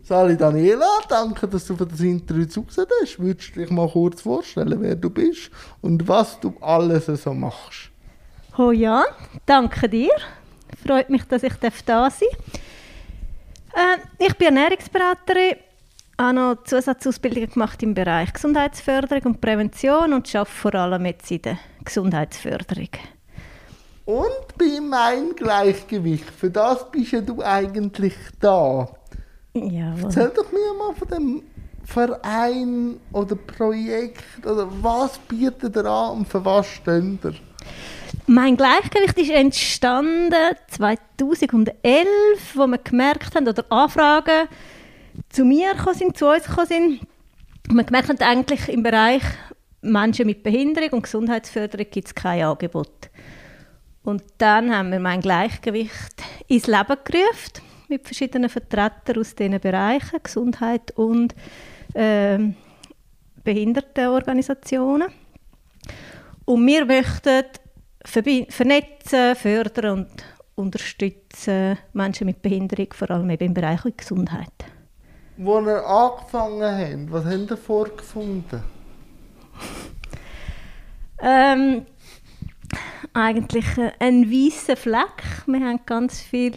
Sali Daniela, danke, dass du für das Interview zugesehen hast. Würdest du dich mal kurz vorstellen, wer du bist und was du alles so machst? Oh ja, danke dir. Freut mich, dass ich da sein darf. Ich bin Ernährungsberaterin, habe noch Zusatzausbildungen gemacht im Bereich Gesundheitsförderung und Prävention und arbeite vor allem jetzt in der Gesundheitsförderung. Und beim Eingleichgewicht, für das bist ja du eigentlich da. Jawohl. Erzähl doch mir mal von dem Verein oder Projekt, oder was bietet ihr an und für was steht ihr? Mein Gleichgewicht ist entstanden 2011, wo wir gemerkt haben, oder Anfragen zu mir zu uns gekommen sind. Und wir gemerkt haben, eigentlich im Bereich Menschen mit Behinderung und Gesundheitsförderung gibt es kein Angebot. Und dann haben wir mein Gleichgewicht ins Leben gerufen, mit verschiedenen Vertretern aus diesen Bereichen, Gesundheit und Behindertenorganisationen. Und wir möchten vernetzen, fördern und unterstützen Menschen mit Behinderung, vor allem eben im Bereich Gesundheit. Als ihr angefangen habt, was habt ihr vorgefunden? Eigentlich ein weißer Fleck. Wir haben ganz viel.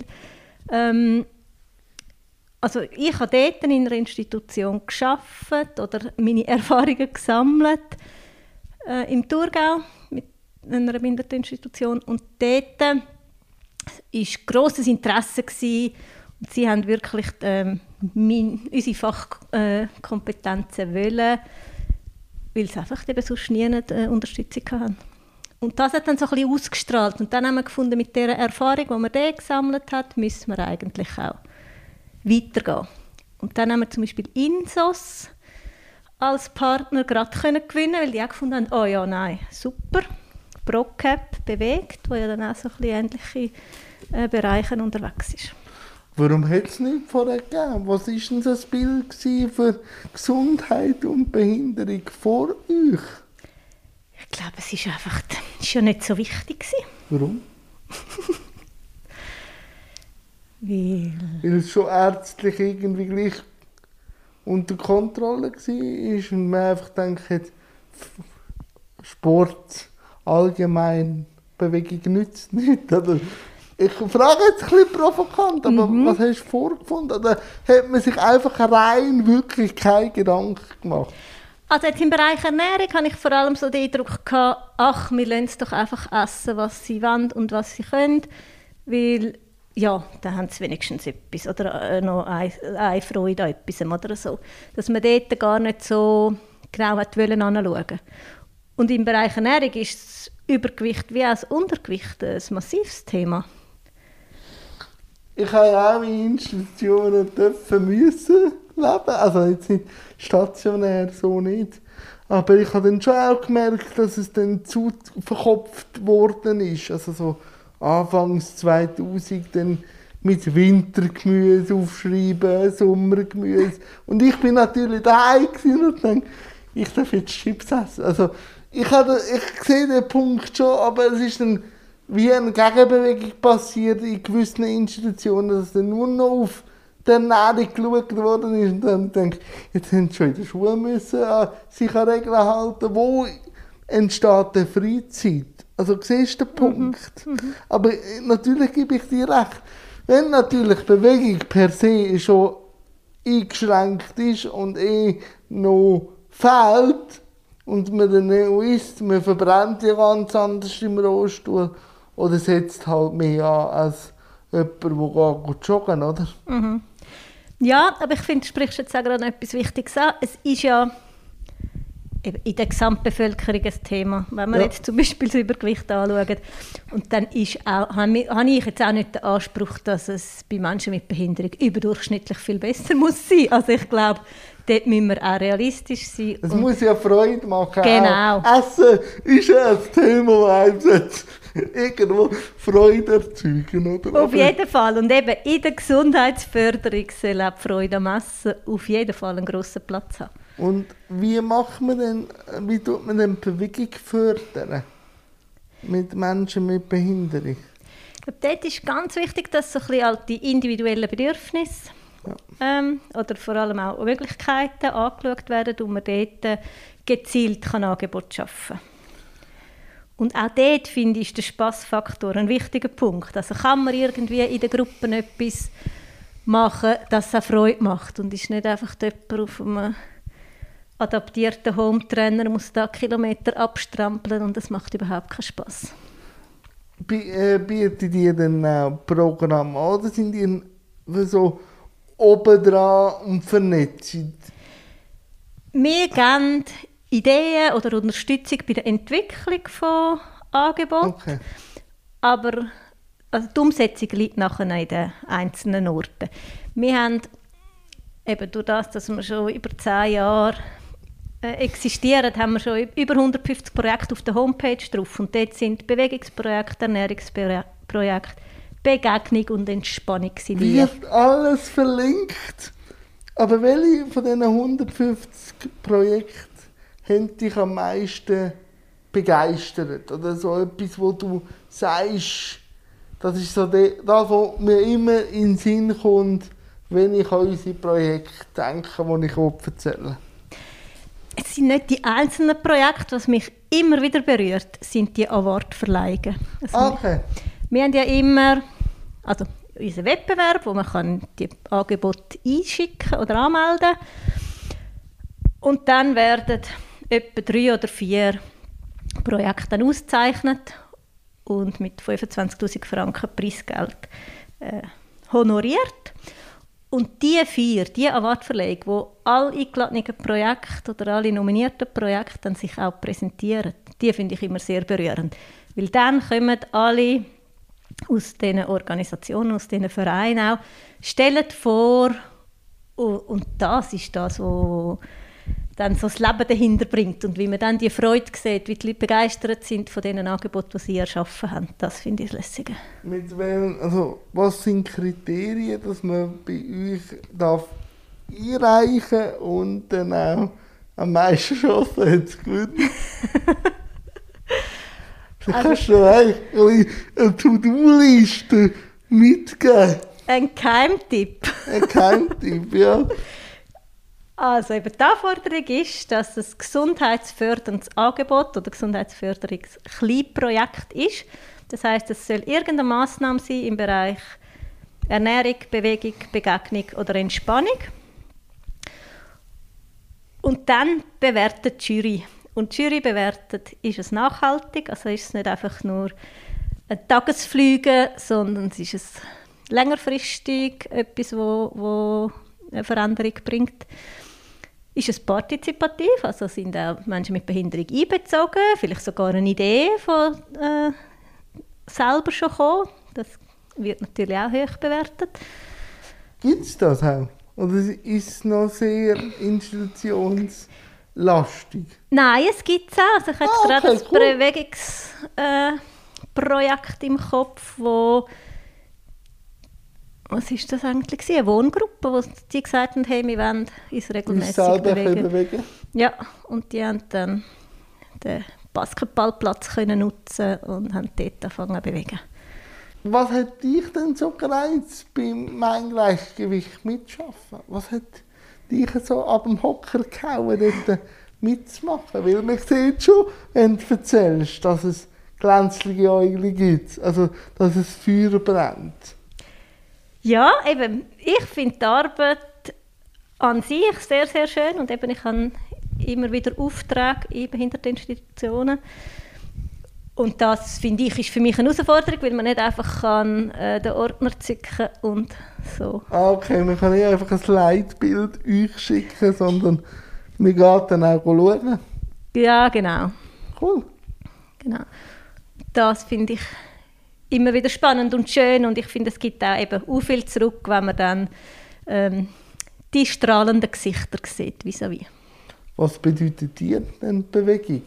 Also ich habe dort in einer Institution gearbeitet oder meine Erfahrungen gesammelt im Thurgau mit einer Behinderteninstitution. Und dort war grosses Interesse gewesen, und sie haben wirklich unsere Fachkompetenzen wollen, weil sie einfach eben sonst nie eine Unterstützung hatten. Und das hat dann so ein bisschen ausgestrahlt. Und dann haben wir gefunden, mit dieser Erfahrung, die man dort gesammelt hat, müssen wir eigentlich auch weitergehen. Und dann haben wir zum Beispiel INSOS als Partner gerade gewinnen, weil die auch gefunden haben, oh ja, nein, super, ProCap bewegt, wo ja dann auch so ein bisschen ähnliche Bereiche unterwegs ist. Warum hat es nicht vorher gegeben? Was war denn das Bild für Gesundheit und Behinderung vor euch? Ich glaube, es ist einfach ja nicht so wichtig gewesen. Warum? Weil es schon ärztlich irgendwie gleich unter Kontrolle war und man einfach denkt, Sport allgemein, Bewegung nützt nicht. Oder? Ich frage jetzt ein bisschen provokant, aber was hast du vorgefunden? Oder hat man sich einfach rein wirklich keine Gedanken gemacht? Also jetzt im Bereich Ernährung hatte ich vor allem so den Eindruck gehabt, ach, wir lassen es doch einfach essen, was sie wollen und was sie können, weil, ja, dann haben sie wenigstens etwas oder noch eine Freude an etwas oder so. Dass man dort gar nicht so genau anschauen. Und im Bereich Ernährung ist das Übergewicht wie auch das Untergewicht ein massives Thema. Ich habe ja auch in Institutionen müssen leben, also jetzt nicht stationär, so nicht. Aber ich habe dann schon auch gemerkt, dass es dann zu verkopft worden ist. Also so Anfangs 2000 dann mit Wintergemüse aufschreiben, Sommergemüse. Und ich bin natürlich daheim und dachte, ich darf jetzt Chips essen. Also ich sehe den Punkt schon, aber es ist dann wie eine Gegenbewegung passiert in gewissen Institutionen, dass dann nur noch auf die Ernährung geschaut worden ist. Und dann denke ich, jetzt haben sie schon in der Schule müssen sich an Regeln halten. Wo entsteht die Freizeit? Also siehst du den Punkt? Aber natürlich gebe ich dir recht. Wenn natürlich Bewegung per se schon eingeschränkt ist und noch fehlt und man dann nicht isst, man verbrennt ja ganz anders im Rollstuhl oder setzt halt mehr an als jemand, der joggen, oder? Mhm. Ja, aber ich finde, du sprichst jetzt auch gerade etwas Wichtiges an. Es ist ja in der Gesamtbevölkerung ein Thema. Wenn wir jetzt zum Beispiel das Übergewicht anschauen, und dann habe ich jetzt auch nicht den Anspruch, dass es bei Menschen mit Behinderung überdurchschnittlich viel besser muss sein. Also ich glaube, dort müssen wir auch realistisch sein. Es muss ja Freude machen. Genau. Auch. Essen ist ja ein Thema, das einem irgendwo Freude erzeugen, oder? Auf jeden Fall. Und eben in der Gesundheitsförderung soll auch die Freude am Essen auf jeden Fall einen grossen Platz haben. Und wie tut man denn Bewegung fördern? Mit Menschen mit Behinderung? Ich glaube, dort ist ganz wichtig, dass so ein bisschen die individuellen Bedürfnisse oder vor allem auch Möglichkeiten angeschaut werden und man dort gezielt Angebote schaffen kann. Und auch dort, finde ich, ist der Spassfaktor ein wichtiger Punkt. Also kann man irgendwie in den Gruppen etwas machen, das auch Freude macht und ist nicht einfach jemand auf einem adaptierten Hometrainer, muss da Kilometer abstrampeln und das macht überhaupt keinen Spass. Bieten die dann auch Programme an oder sind die so obendran und vernetzt? Wir geben Ideen oder Unterstützung bei der Entwicklung von Angeboten, Okay. aber also die Umsetzung liegt nachher in den einzelnen Orten. Wir haben eben durch das, dass wir schon über 10 Jahre existieren, haben wir schon über 150 Projekte auf der Homepage drauf. Und dort sind Bewegungsprojekte, Ernährungsprojekte, Begegnung und Entspannung. Wird alles verlinkt. Aber welche von diesen 150 Projekten haben dich am meisten begeistert? Oder so etwas, wo du sagst, das ist so das, was mir immer in den Sinn kommt, wenn ich an unsere Projekte denke, die ich erzählen will. Es sind nicht die einzelnen Projekte, was mich immer wieder berührt, sind die Awardverleihungen. Also Okay. wir haben ja immer unseren Wettbewerb, wo man kann die Angebote einschicken oder anmelden kann. Und dann werden etwa 3 oder 4 Projekte dann ausgezeichnet und mit 25'000 Franken Preisgeld honoriert. Und diese 4, die Awardverleihung, wo alle eingeladenen Projekte oder alle nominierten Projekte dann sich auch präsentieren, die finde ich immer sehr berührend. Weil dann kommen alle aus diesen Organisationen, aus diesen Vereinen auch, stellen vor und das ist das, was dann so das Leben dahinter bringt und wie man dann die Freude sieht, wie die Leute begeistert sind von diesen Angeboten, die sie erschaffen haben. Das finde ich das Lässige. Was sind Kriterien, dass man bei euch darf einreichen und dann auch am meisten Chancen hat zu gewinnen? Kannst du eigentlich eine To-Do-Liste mitgeben? Ein Geheimtipp. Ein Geheimtipp, ja. Also eben die Anforderung ist, dass es ein gesundheitsförderndes Angebot oder Gesundheitsförderungs-Kleinprojekt ist. Das heisst, es soll irgendeine Massnahme sein im Bereich Ernährung, Bewegung, Begegnung oder Entspannung. Und dann bewertet die Jury. Und die Jury bewertet, ist es nachhaltig, also ist es nicht einfach nur ein Tagesflüge, sondern es ist längerfristig etwas, wo eine Veränderung bringt. Ist es partizipativ, also sind auch Menschen mit Behinderung einbezogen, vielleicht sogar eine Idee von selber schon gekommen. Das wird natürlich auch hoch bewertet. Gibt es das auch? Oder ist es noch sehr institutionslastig? Nein, es gibt es auch. Also ich habe jetzt gerade ein Bewegungsprojekt im Kopf, wo was war das eigentlich? Eine Wohngruppe, wo die gesagt haben, hey, wir wollen uns regelmäßig bewegen. Ja, und die haben dann den Basketballplatz können nutzen und haben dort angefangen zu bewegen. Was hat dich denn so gereizt beim Mein-Gleichgewicht mitschaffen? Was hat dich so ab dem Hocker gehauen, dort mitzumachen? Weil man sieht schon, wenn du erzählst, dass es glänzliche Äugel gibt, also dass es Feuer brennt. Ja, eben, ich finde die Arbeit an sich sehr, sehr schön und eben, ich habe immer wieder Aufträge in Behinderteninstitutionen. Und das, finde ich, ist für mich eine Herausforderung, weil man nicht einfach den Ordner zücken und so. Okay, man kann nicht einfach ein Leitbild euch schicken, sondern man geht dann auch schauen. Ja, genau. Cool. Genau. Das finde ich immer wieder spannend und schön und ich finde, es gibt auch eben auch viel zurück, wenn man dann die strahlenden Gesichter sieht, vis-à-vis. Was bedeutet dir denn Bewegung?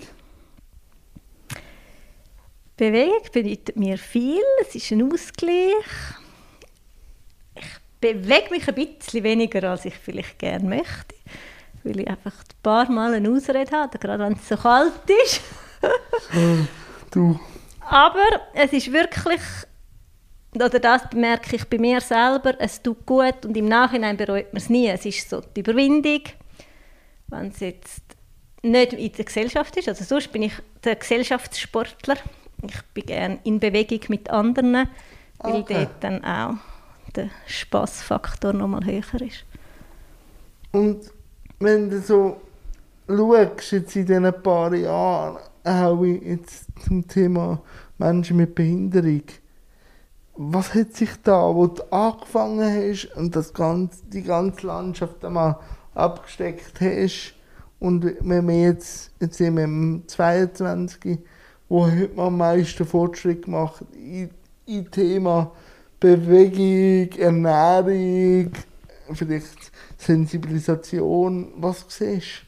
Bewegung bedeutet mir viel, es ist ein Ausgleich. Ich bewege mich ein bisschen weniger, als ich vielleicht gerne möchte, weil ich einfach ein paar Mal eine Ausrede habe, gerade wenn es so kalt ist. Du. Aber es ist wirklich oder das merke ich bei mir selber, es tut gut und im Nachhinein bereut man es nie. Es ist so die Überwindung, wenn es jetzt nicht in der Gesellschaft ist. Also sonst bin ich der Gesellschaftssportler. Ich bin gerne in Bewegung mit anderen, weil dort dann auch der Spassfaktor noch mal höher ist. Und wenn du so schaust, jetzt in diesen paar Jahren, auch jetzt zum Thema Menschen mit Behinderung, was hat sich da, wo du angefangen hast und die ganze Landschaft einmal abgesteckt hast, und wenn wir jetzt sind wir im 22, wo hat man am meisten Fortschritt gemacht im Thema Bewegung, Ernährung, vielleicht Sensibilisation, was siehst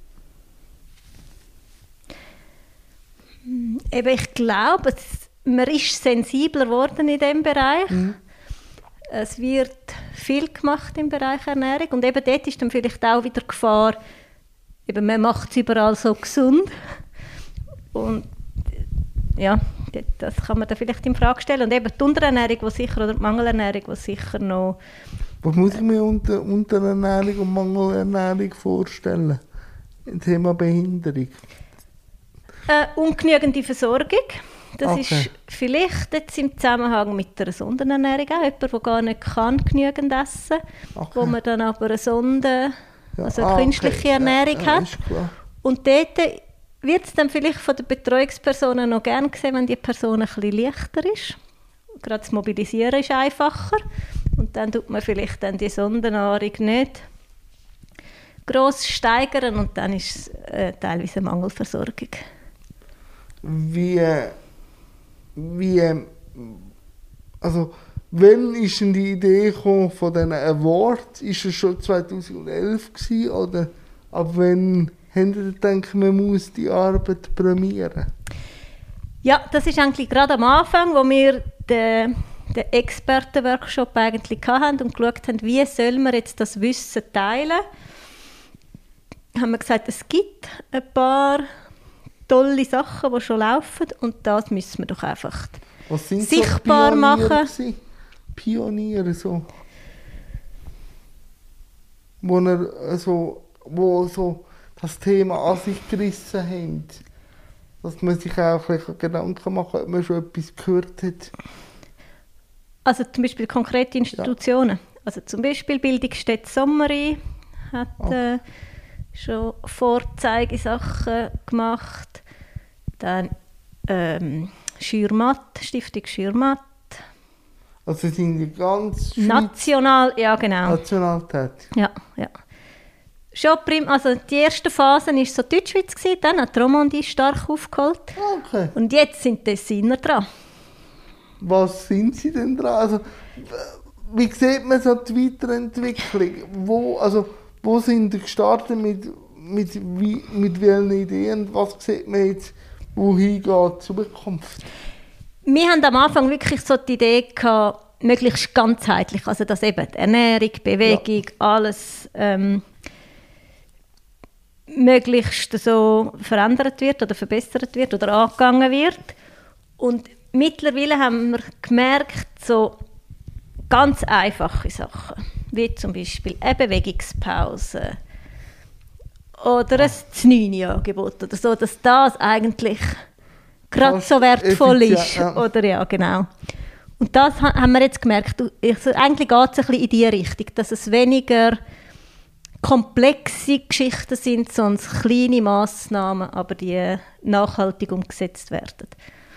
du? Eben, ich glaube, man ist sensibler geworden in diesem Bereich. Es wird viel gemacht im Bereich Ernährung und eben dort ist dann vielleicht auch wieder die Gefahr, eben, man macht es überall so gesund und ja, das kann man dann vielleicht in Frage stellen. Und eben die Unterernährung, oder die Mangelernährung, die sicher noch... Was muss ich mir unter Unterernährung und Mangelernährung vorstellen? Im Thema Behinderung? Ungenügende Versorgung. Das ist vielleicht jetzt im Zusammenhang mit einer Sondenernährung auch jemand, der gar nicht kann genügend essen kann, wo man dann aber eine eine künstliche Ernährung hat. Ist klar. Und dort wird es dann vielleicht von den Betreuungspersonen noch gerne gesehen, wenn die Person ein bisschen leichter ist. Gerade das Mobilisieren ist einfacher. Und dann tut man vielleicht dann die Sondennahrung nicht gross steigern und dann ist es teilweise eine Mangelversorgung. Wann ist denn die Idee gekommen von diesen Awards? Ist es schon 2011 gewesen, oder ab wann haben Sie gedacht, man muss die Arbeit prämieren? Ja, das ist eigentlich gerade am Anfang, wo wir den Expertenworkshop eigentlich hatten und geschaut haben, wie soll man jetzt das Wissen teilen. Haben wir gesagt, es gibt ein paar tolle Sachen, die schon laufen und das müssen wir doch einfach sichtbar machen. Pioniere so. Wo so das Thema an sich gerissen haben. Dass man sich auch Gedanken machen, ob man schon etwas gehört hat. Also zum Beispiel konkrete Institutionen. Ja. Also zum Beispiel Bildungsstätte Sommeri hat schon Vorzeigesachen gemacht. Dann Stiftung Schürmatt. Also sind die ganz national, ja genau. National tätig. Ja. Schon also die erste Phase war so Deutschschweiz, dann hat Romandie stark aufgeholt. Okay. Und jetzt sind die Tessiner dran. Was sind sie denn dran? Also, wie sieht man so die Weiterentwicklung? Wo sind sie gestartet mit welchen Ideen? Was sieht man jetzt, wohin geht Zukunft? Wir haben am Anfang wirklich so die Idee gehabt, möglichst ganzheitlich, also dass eben die Ernährung, Bewegung, alles möglichst so verändert wird oder verbessert wird oder angegangen wird. Und mittlerweile haben wir gemerkt, so ganz einfache Sachen, wie zum Beispiel eine Bewegungspause oder ein 9-Angebot oder so, dass das eigentlich gerade so wertvoll ist. Ja. Oder ja, genau. Und das haben wir jetzt gemerkt. Eigentlich geht es ein bisschen in die Richtung, dass es weniger komplexe Geschichten sind, sondern kleine Massnahmen, aber die nachhaltig umgesetzt werden.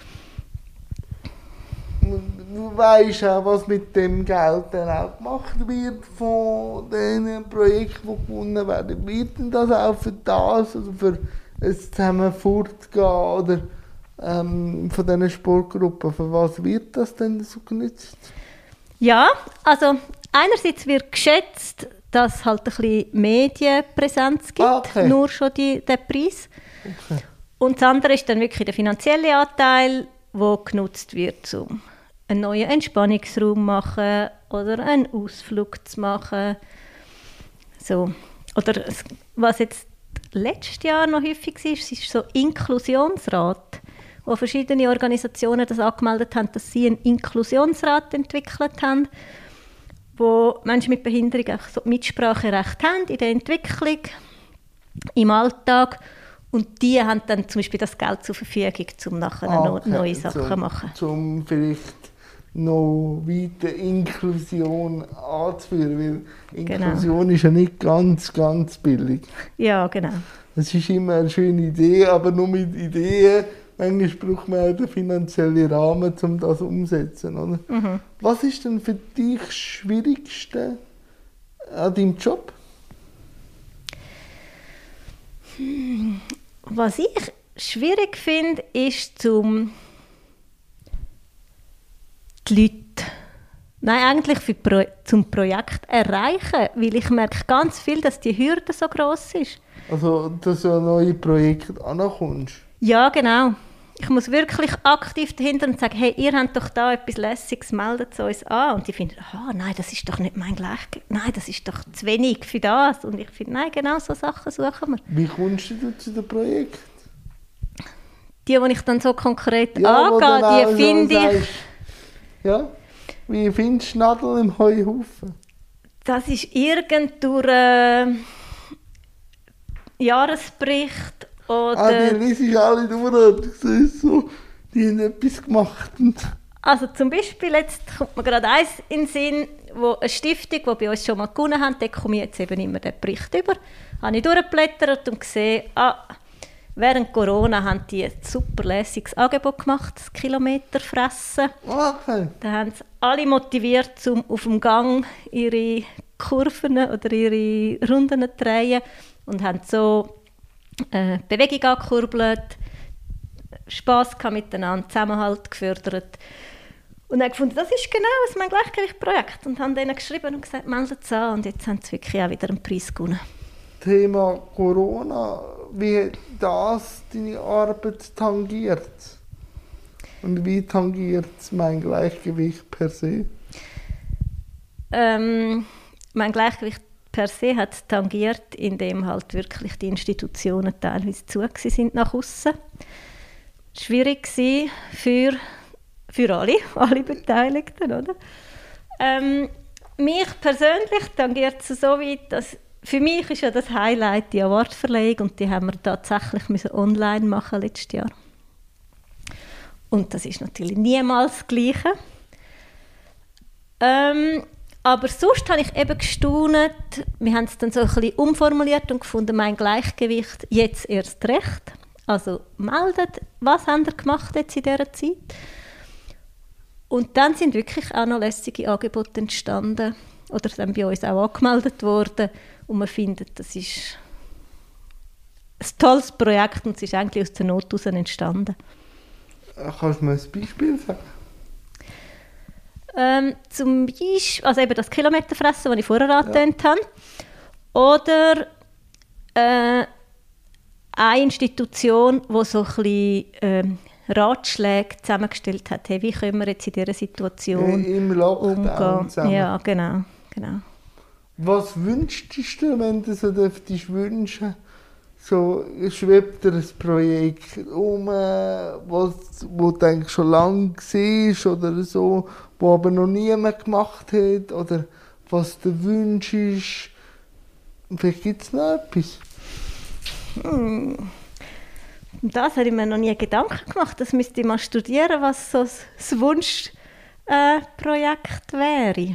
Du weißt auch, was mit dem Geld dann auch gemacht wird von den Projekten, die gewonnen werden. Wird denn das auch für das, also für ein Zusammenfortgehen oder von diesen Sportgruppen, für was wird das denn so genutzt? Ja, also einerseits wird geschätzt, dass es halt ein bisschen Medienpräsenz gibt, nur schon den Preis. Okay. Und das andere ist dann wirklich der finanzielle Anteil, der genutzt wird, um einen neuen Entspannungsraum zu machen oder einen Ausflug zu machen. So. Oder was jetzt letztes Jahr noch häufig war, ist so Inklusionsrat. wo verschiedene Organisationen das angemeldet haben, dass sie einen Inklusionsrat entwickelt haben, wo Menschen mit Behinderung einfach so Mitspracherecht haben in der Entwicklung, im Alltag. Und die haben dann zum Beispiel das Geld zur Verfügung, um nachher neue Sachen zu machen. Um vielleicht noch weiter Inklusion anzuführen, weil Inklusion ist ja nicht ganz, ganz billig. Ja, genau. Es ist immer eine schöne Idee, aber nur mit Ideen. Manchmal braucht man auch den finanziellen Rahmen, um das umzusetzen. Oder? Mhm. Was ist denn für dich das Schwierigste an deinem Job? Was ich schwierig finde, ist die Leute, eigentlich zum Projekt erreichen, weil ich merke ganz viel, dass die Hürde so gross ist. Also, dass du an neue Projekte ankommst? Ja, genau. Ich muss wirklich aktiv dahinter und sagen, hey, ihr habt doch da etwas Lässiges, meldet es uns an. Und die finden, nein, das ist doch nicht mein Gleichgewicht. Nein, das ist doch zu wenig für das. Und ich finde, nein, genau so Sachen suchen wir. Wie kommst du zu dem Projekt? Die ich dann so konkret angehe, die finde ich... Ja? Wie findest du Nadel im Heuhaufen? Das ist durch Jahresbericht oder... Die lese ich alle durch. Das ist so, die haben etwas gemacht. Also zum Beispiel, jetzt kommt mir gerade eins in den Sinn, wo eine Stiftung, die bei uns schon mal gewonnen hat, da komme ich jetzt eben immer den Bericht über, habe ich durchgeblättert und gesehen, während Corona haben die ein super lässiges Angebot gemacht, das Kilometerfressen. Okay. Da haben sie alle motiviert, um auf dem Gang ihre Kurven oder ihre Runden zu drehen und haben so Bewegung angekurbelt, Spass miteinander, Zusammenhalt gefördert. Und dann gefunden, das ist genau mein Gleichgewicht-Projekt. Und haben denen geschrieben und gesagt, meldet es an. Und jetzt haben sie wirklich auch wieder einen Preis gewonnen. Thema Corona, wie hat das deine Arbeit tangiert? Und wie tangiert es mein Gleichgewicht per se? Mein Gleichgewicht per se hat tangiert, indem halt wirklich die Institutionen teilweise zu sind nach aussen. Schwierig war für alle Beteiligten, oder? Mich persönlich tangiert es so weit, dass für mich ist ja das Highlight die Awardverleihung und die haben wir tatsächlich online machen letztes Jahr. Und das ist natürlich niemals das Gleiche. Aber sonst habe ich eben gestaunt, wir haben es dann so ein bisschen umformuliert und gefunden, mein Gleichgewicht jetzt erst recht. Also meldet, was habt ihr gemacht jetzt in dieser Zeit? Und dann sind wirklich auch noch lässige Angebote entstanden oder dann bei uns auch angemeldet worden. Und man findet, das ist ein tolles Projekt und es ist eigentlich aus der Not heraus entstanden. Kannst du mir ein Beispiel sagen? Zum Beispiel, also eben das Kilometerfressen, das ich vorher erwähnt habe. Oder eine Institution, die so ein bisschen Ratschläge zusammengestellt hat. Hey, wie können wir jetzt in dieser Situation im Lockdown umgehen? Ja, genau. Was wünschst du, wenn du so dürftest wünschen? So schwebt dir ein Projekt wo du denkst, schon lange siehst oder so, wo aber noch niemand gemacht hat oder was der Wunsch ist. Vielleicht gibt es noch etwas. Das habe ich mir noch nie Gedanken gemacht. Das müsste ich mal studieren, was so das Wunschprojekt wäre.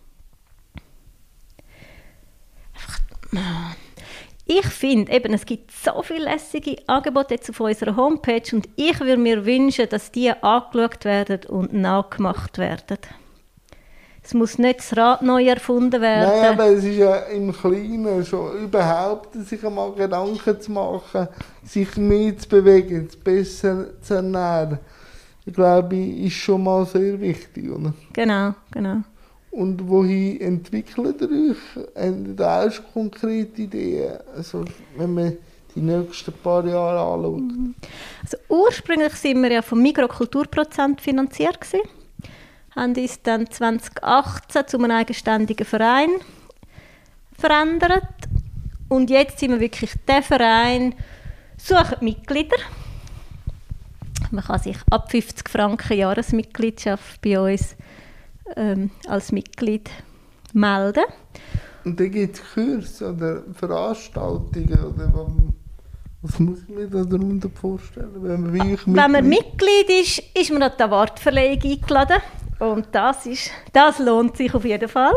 Ich finde, es gibt so viele lässige Angebote jetzt auf unserer Homepage und ich würde mir wünschen, dass die angeschaut werden und nachgemacht werden. Es muss nicht das Rad neu erfunden werden. Nein, aber es ist ja im Kleinen schon überhaupt, sich einmal Gedanken zu machen, sich mehr zu bewegen, besser zu ernähren. Ich glaube, ist schon mal sehr wichtig, oder? Genau. Und wohin entwickelt ihr euch? Habt ihr da auch schon konkrete Ideen? Also, wenn man die nächsten paar Jahre anschaut. Also ursprünglich waren wir ja vom Mikrokulturprozent finanziert gewesen. Haben uns dann 2018 zu einem eigenständigen Verein verändert. Und jetzt sind wir wirklich der Verein, suchen Mitglieder. Man kann sich ab 50 Franken Jahresmitgliedschaft bei uns als Mitglied melden. Und dann gibt es Kurse oder Veranstaltungen oder was muss ich mir da darunter vorstellen? Wenn man Mitglied ist, ist man an die Awardverleihung eingeladen. Und das lohnt sich auf jeden Fall.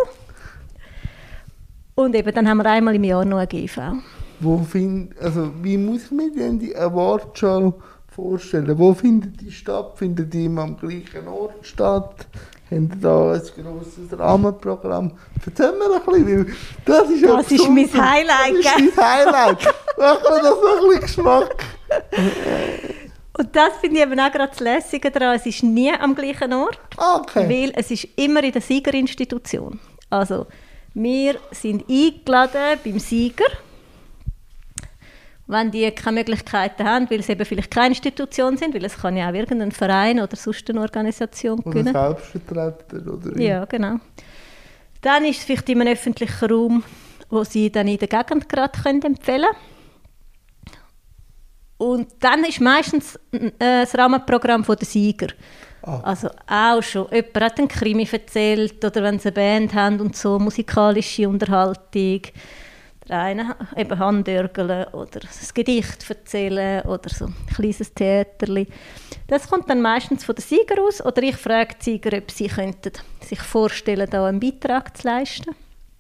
Und eben, dann haben wir einmal im Jahr noch eine GV. Wie muss ich mir denn die Awardshow vorstellen? Wo findet die statt? Findet die immer am gleichen Ort statt? Haben Sie da ein grosses Rahmenprogramm? Erzähl mir ein bisschen, weil das ist mein Highlight. Das ist mein Highlight. Mach mir das noch ein bisschen Geschmack. Und das finde ich eben auch gerade das Lässige daran. Es ist nie am gleichen Ort, weil es ist immer in der Siegerinstitution. Also, wir sind eingeladen beim Sieger. Wenn die keine Möglichkeiten haben, weil es eben vielleicht keine Institution sind, weil es kann ja auch irgendein Verein oder sonst eine Organisation gewinnen. Oder Selbstvertreter, oder? Ja, genau. Dann ist es vielleicht in einem öffentlichen Raum, wo sie dann in der Gegend gerade empfehlen können. Und dann ist meistens das Rahmenprogramm der Sieger. Also auch schon. Jemand hat einen Krimi erzählt oder wenn sie eine Band haben und so, musikalische Unterhaltung. Der eine eben Handörgeln oder ein Gedicht erzählen oder so ein kleines Theaterli. Das kommt dann meistens von den Sieger aus. Oder ich frage die Sieger, ob sie könnten sich vorstellen, da einen Beitrag zu leisten.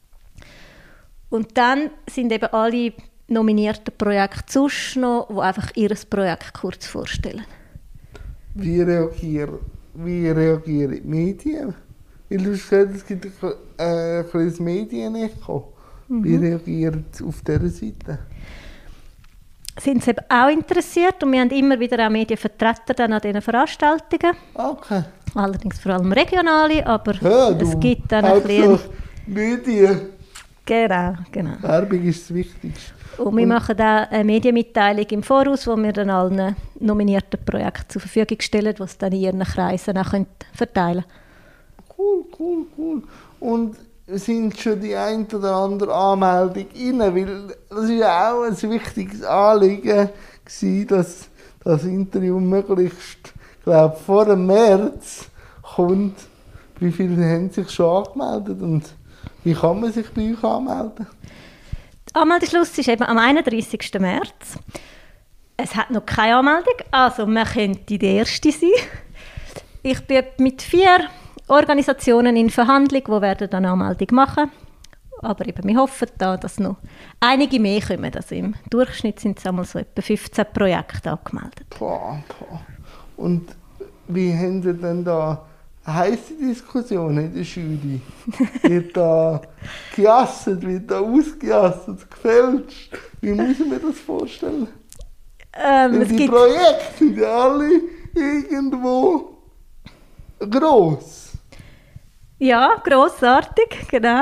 Und dann sind eben alle nominierten Projekte sonst noch, die einfach ihr Projekt kurz vorstellen. Wie reagieren die Medien? Weil du hast gesagt, es gibt ein kleines Medienecho. Wie reagieren sie auf dieser Seite? Sind sie eben auch interessiert und wir haben immer wieder auch Medienvertreter dann an diesen Veranstaltungen. Okay. Allerdings vor allem regionale, aber es gibt dann ein bisschen Medien. Genau. Werbung ist das Wichtigste. Und wir machen auch eine Medienmitteilung im Voraus, wo wir dann allen nominierten Projekten zur Verfügung stellen, die sie dann in ihren Kreisen auch verteilen können. Cool. Und sind schon die ein oder andere Anmeldung rein? Weil das war ja auch ein wichtiges Anliegen, dass das Interview möglichst, glaube vor dem März kommt. Wie viele haben sich schon angemeldet und wie kann man sich bei euch anmelden? Der Anmeldeschluss ist eben am 31. März. Es hat noch keine Anmeldung, also man könnte der Erste sein. Ich bin mit 4 Organisationen in Verhandlung, die werden dann eine Anmeldung machen. Aber eben, wir hoffen da, dass noch einige mehr kommen. Also im Durchschnitt sind es einmal so etwa 15 Projekte angemeldet. Und wie haben Sie denn da heisse Diskussion in der Jury? Wird da gejasset, wird da ausgejasset, gefälscht? Wie muss ich mir das vorstellen? Die Projekte sind ja alle irgendwo gross. Ja, grossartig, genau.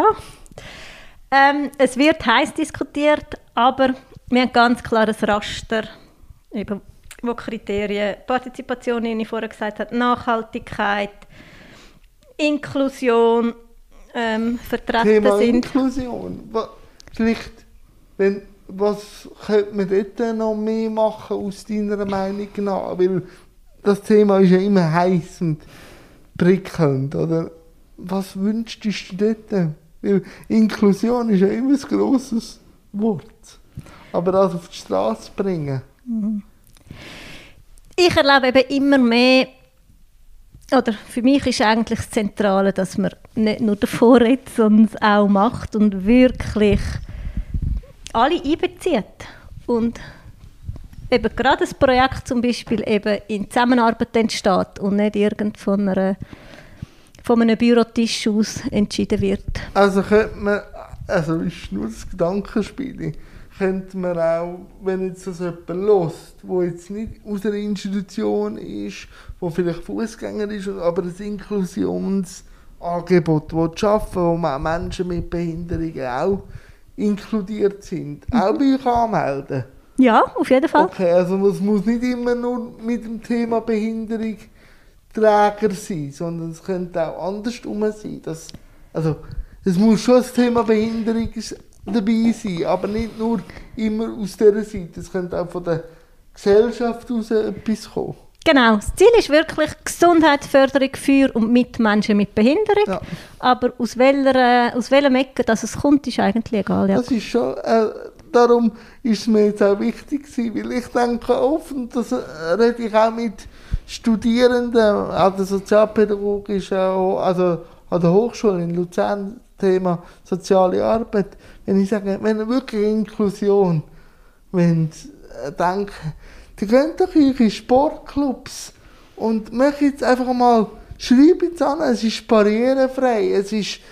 Es wird heiß diskutiert, aber wir haben ganz klar ein Raster, eben, wo Kriterien Partizipation, wie ich vorher gesagt habe, Nachhaltigkeit, Inklusion vertreten Thema sind. Inklusion. Vielleicht, was könnte man dort noch mehr machen aus deiner Meinung nach? Weil das Thema ist ja immer heiß und prickelnd, oder? Was wünschst du dir dort? Weil Inklusion ist ja immer ein grosses Wort. Aber das auf die Straße bringen. Ich erlebe eben immer mehr, oder für mich ist eigentlich das Zentrale, dass man nicht nur davor redet, sondern es auch macht und wirklich alle einbezieht. Und eben gerade das Projekt zum Beispiel eben in Zusammenarbeit entsteht und nicht von einem Bürotisch aus entschieden wird. Also ist nur das Gedankenspiel. Könnte man auch, wenn jetzt das jemand hört, der jetzt nicht aus einer Institution ist, der vielleicht Fußgänger ist, aber ein Inklusionsangebot schaffen, wo Menschen mit Behinderungen auch inkludiert sind, auch bei euch anmelden? Ja, auf jeden Fall. Okay, also es muss nicht immer nur mit dem Thema Behinderung Träger sein, sondern es könnte auch andersrum sein. Es muss schon das Thema Behinderung dabei sein, aber nicht nur immer aus dieser Seite. Es könnte auch von der Gesellschaft aus etwas kommen. Genau, das Ziel ist wirklich Gesundheitsförderung für und mit Menschen mit Behinderung. Ja. Aber aus welchem Ecke dass es kommt, ist eigentlich egal. Ja. Das ist schon, darum ist es mir jetzt auch wichtig gewesen, weil ich denke oft, und das rede ich auch mit Studierenden, an der sozialpädagogischen, also an der Hochschule in Luzern, Thema soziale Arbeit, wenn ich sage, wenn wirklich Inklusion, wenn denken, die gehen doch in ihre Sportclubs und machen jetzt einfach mal, schreiben es an, es ist barrierefrei, es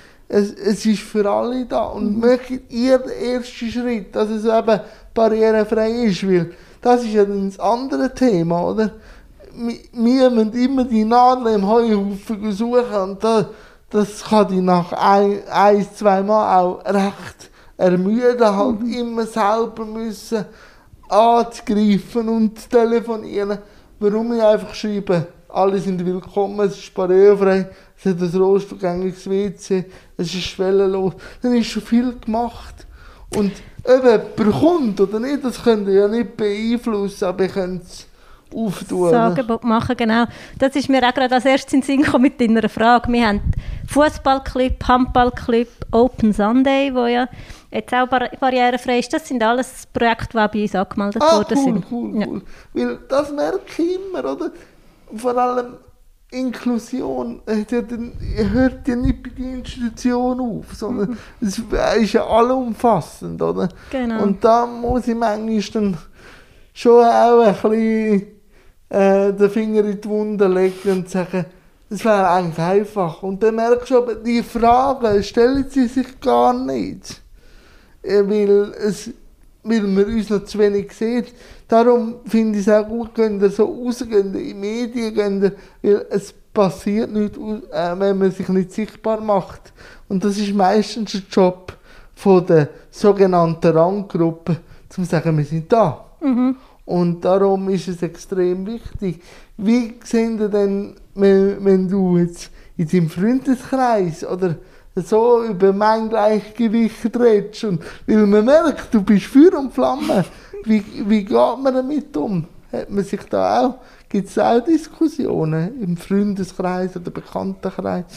ist für alle da und machen ihren ersten Schritt, dass es eben barrierefrei ist, weil das ist ja dann das andere Thema, oder? Wir müssen immer die Nadel im Heuhaufen suchen und das kann dich nach ein, zwei Mal auch recht ermüden, halt immer selber müssen anzugreifen und telefonieren. Warum ich einfach schreibe, alle sind willkommen, es ist barrierefrei, es hat ein rostgängiges WC, es ist schwellenlos, dann ist schon viel gemacht. Und ob jemand kommt oder nicht, das könnt ihr ja nicht beeinflussen, aber ihr könnt es auftun. Das Angebot machen, genau. Das ist mir auch gerade als erstes in den Sinn gekommen mit deiner Frage. Wir haben Fußballclip, Handballclip, Open Sunday, wo ja jetzt auch barrierefrei ist. Das sind alles Projekte, die bei uns angemeldet worden sind. Cool. Weil das merke ich immer, oder? Vor allem Inklusion hört ja nicht bei der Institution auf, sondern es ist ja allumfassend, oder? Genau. Und da muss ich manchmal dann schon auch ein bisschen den Finger in die Wunde legen und sagen, es wäre eigentlich einfach. Und dann merkst du aber, die Fragen stellen sie sich gar nicht. Weil man uns noch zu wenig sieht. Darum finde ich es auch gut, wenn ihr so rausgehen, in die Medien gehen, weil es passiert nichts, wenn man sich nicht sichtbar macht. Und das ist meistens der Job von der sogenannten Ranggruppe, zu sagen, wir sind da. Und darum ist es extrem wichtig. Wie sehen Sie denn, wenn du jetzt in deinem Freundeskreis oder so über mein Gleichgewicht redest, und weil man merkt, du bist Feuer und Flamme, wie geht man damit um? Hat man sich da auch, gibt es auch Diskussionen im Freundeskreis oder Bekanntenkreis?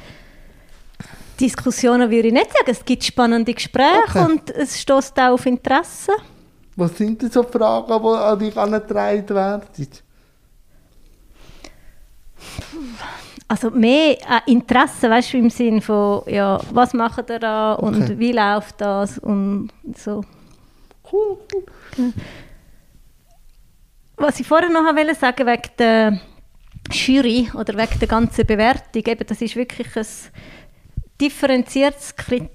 Diskussionen würde ich nicht sagen, es gibt spannende Gespräche und es stößt auch auf Interesse. Was sind denn so Fragen, die an dich herangetragen werden? Also mehr Interesse, weißt du, im Sinne von, ja, was macht ihr da und wie läuft das und so. Cool. Was ich vorher noch wollte sagen, wegen der Jury oder wegen der ganzen Bewertung, eben, das ist wirklich ein differenziertes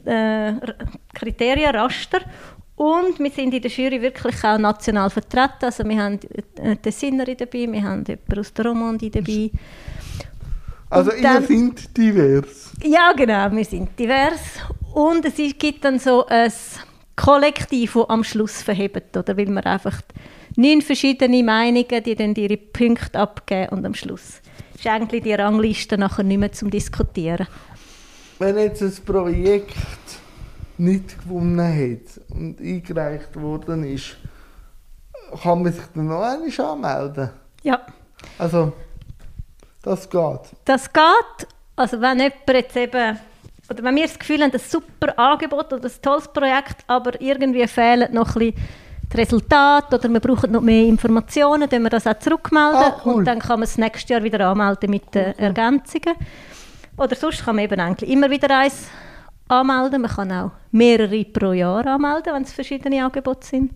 Kriterienraster. Und wir sind in der Jury wirklich auch national vertreten. Also wir haben eine Tessinerin dabei, wir haben jemanden aus der Romandie dabei. Also ihr seid divers? Ja, genau, wir sind divers. Und es gibt dann so ein Kollektiv, das am Schluss verhebt, oder? Weil wir einfach 9 verschiedene Meinungen, die dann ihre Punkte abgeben und am Schluss ist eigentlich die Rangliste nachher nicht mehr zum Diskutieren. Wenn jetzt ein Projekt nicht gewonnen hat und eingereicht worden ist, kann man sich dann noch einmal anmelden? Ja. Also, das geht? Das geht. Also wenn jemand jetzt eben, oder wenn wir das Gefühl haben, ein super Angebot oder ein tolles Projekt, aber irgendwie fehlen noch ein bisschen die Resultate oder wir brauchen noch mehr Informationen, dann wir das auch zurückmelden cool. Und dann kann man es nächstes Jahr wieder anmelden mit den Ergänzungen. Oder sonst kann man eben eigentlich immer wieder eins anmelden. Man kann auch mehrere pro Jahr anmelden, wenn es verschiedene Angebote sind.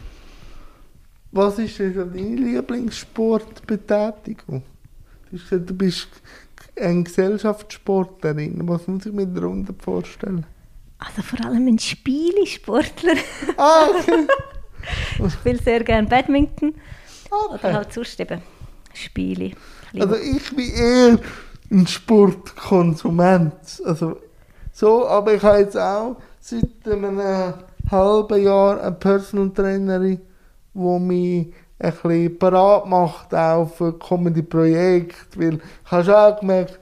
Was ist denn deine Lieblingssportbetätigung? Du hast gesagt, du bist eine Gesellschaftssportlerin. Was muss ich mir darunter vorstellen? Also vor allem ein Spielesportler. Okay. Ich spiele sehr gerne Badminton. Okay. Oder halt sonst eben Spiele. Also ich bin eher ein Sportkonsument. Also so, aber ich habe jetzt auch seit einem halben Jahr eine Personal Trainerin, die mich ein bisschen parat macht auch für kommende Projekte. Weil ich habe schon auch gemerkt,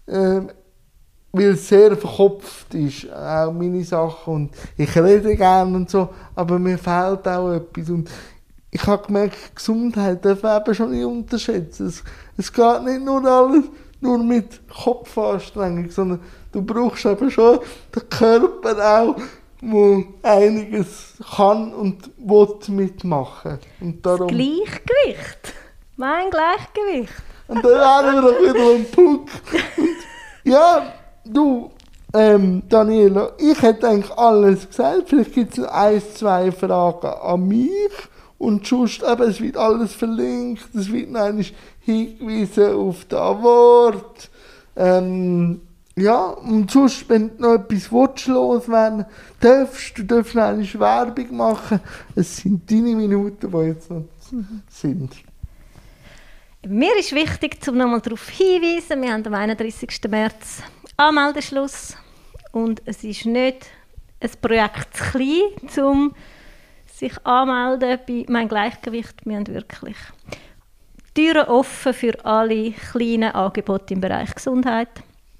weil es sehr verkopft ist, auch meine Sachen. Und ich rede gerne und so, aber mir fehlt auch etwas. Und ich habe gemerkt, Gesundheit darf man eben schon nicht unterschätzen. Es geht nicht nur alles nur mit Kopfanstrengung, sondern du brauchst eben schon den Körper auch, der einiges kann und will mitmachen. Und darum, Das Gleichgewicht. Mein Gleichgewicht. und dann wären wir doch wieder am Punkt. Und ja, du, Daniela, ich hätte eigentlich alles gesagt. Vielleicht gibt es noch 1, 2 Fragen an mich. Und sonst, eben, es wird alles verlinkt, es wird noch einmal hingewiesen auf den Award. Ja, und sonst, wenn du noch etwas loswerden willst, du darfst noch einmal Werbung machen. Es sind deine Minuten, die jetzt noch sind. Mir ist wichtig, um nochmal darauf hinzuweisen, wir haben am 31. März Anmeldeschluss und es ist nicht ein Projekt zu klein, um sich anmelden bei «Mein Gleichgewicht». Wir haben wirklich Türen offen für alle kleinen Angebote im Bereich Gesundheit.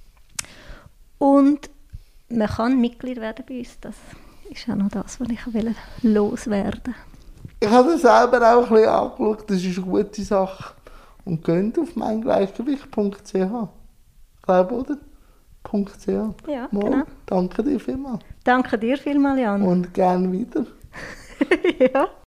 Und man kann Mitglied werden bei uns. Das ist auch noch das, was ich loswerden wollte. Ich habe das selber auch ein bisschen angeschaut, das ist eine gute Sache. Und geht auf meingleichgewicht.ch. Ich glaube, oder? .ch. Ja, Mal, genau. danke dir vielmals. Danke dir vielmals, Jan. Und gerne wieder. Ja.